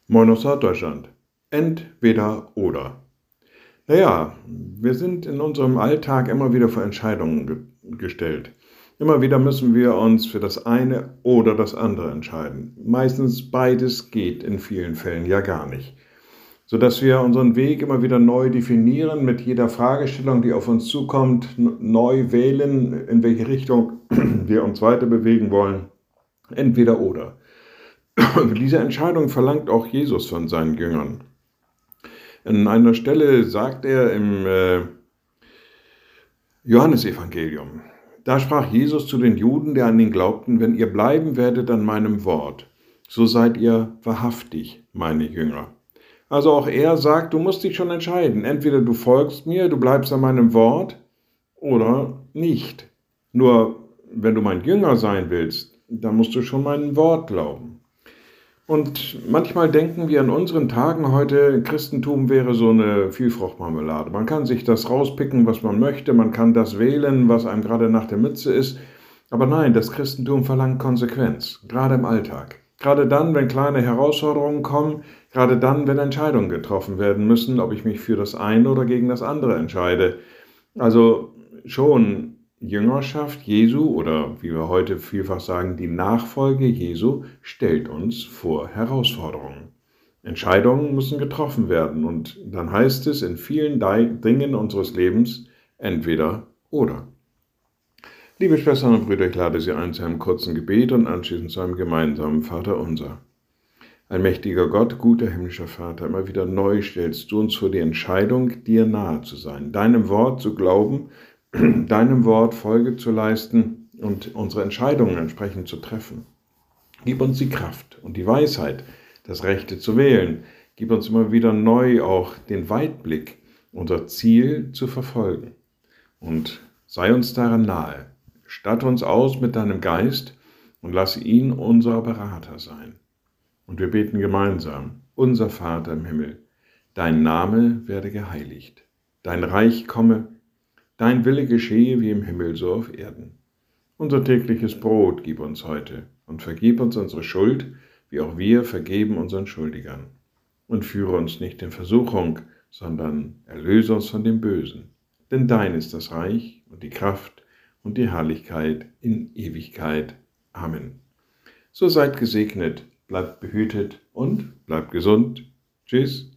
Moin aus Norddeutschland. Entweder oder. Naja, wir sind in unserem Alltag immer wieder vor Entscheidungen gestellt. Immer wieder müssen wir uns für das eine oder das andere entscheiden. Meistens beides geht in vielen Fällen ja gar nicht. Sodass wir unseren Weg immer wieder neu definieren, mit jeder Fragestellung, die auf uns zukommt, neu wählen, in welche Richtung wir uns weiter bewegen wollen. Entweder oder. Diese Entscheidung verlangt auch Jesus von seinen Jüngern. An einer Stelle sagt er im Johannesevangelium, da sprach Jesus zu den Juden, die an ihn glaubten, wenn ihr bleiben werdet an meinem Wort, so seid ihr wahrhaftig meine Jünger. Also auch er sagt, du musst dich schon entscheiden, entweder du folgst mir, du bleibst an meinem Wort oder nicht. Nur wenn du mein Jünger sein willst, dann musst du schon meinem Wort glauben. Und manchmal denken wir an unseren Tagen heute, Christentum wäre so eine Vielfruchtmarmelade. Man kann sich das rauspicken, was man möchte, man kann das wählen, was einem gerade nach der Mütze ist. Aber nein, das Christentum verlangt Konsequenz, gerade im Alltag. Gerade dann, wenn kleine Herausforderungen kommen, gerade dann, wenn Entscheidungen getroffen werden müssen, ob ich mich für das eine oder gegen das andere entscheide. Also schon Jüngerschaft Jesu oder wie wir heute vielfach sagen, die Nachfolge Jesu stellt uns vor Herausforderungen. Entscheidungen müssen getroffen werden und dann heißt es in vielen Dingen unseres Lebens entweder oder. Liebe Schwestern und Brüder, ich lade Sie ein zu einem kurzen Gebet und anschließend zu einem gemeinsamen Vaterunser. Allmächtiger Gott, guter himmlischer Vater, immer wieder neu stellst du uns vor die Entscheidung, dir nahe zu sein, deinem Wort zu glauben, deinem Wort Folge zu leisten und unsere Entscheidungen entsprechend zu treffen. Gib uns die Kraft und die Weisheit, das Rechte zu wählen. Gib uns immer wieder neu auch den Weitblick, unser Ziel zu verfolgen. Und sei uns daran nahe. Statte uns aus mit deinem Geist und lass ihn unser Berater sein. Und wir beten gemeinsam, unser Vater im Himmel, dein Name werde geheiligt, dein Reich komme, dein Wille geschehe wie im Himmel so auf Erden. Unser tägliches Brot gib uns heute und vergib uns unsere Schuld, wie auch wir vergeben unseren Schuldigern. Und führe uns nicht in Versuchung, sondern erlöse uns von dem Bösen. Denn dein ist das Reich und die Kraft und die Herrlichkeit in Ewigkeit. Amen. So seid gesegnet, bleibt behütet und bleibt gesund. Tschüss.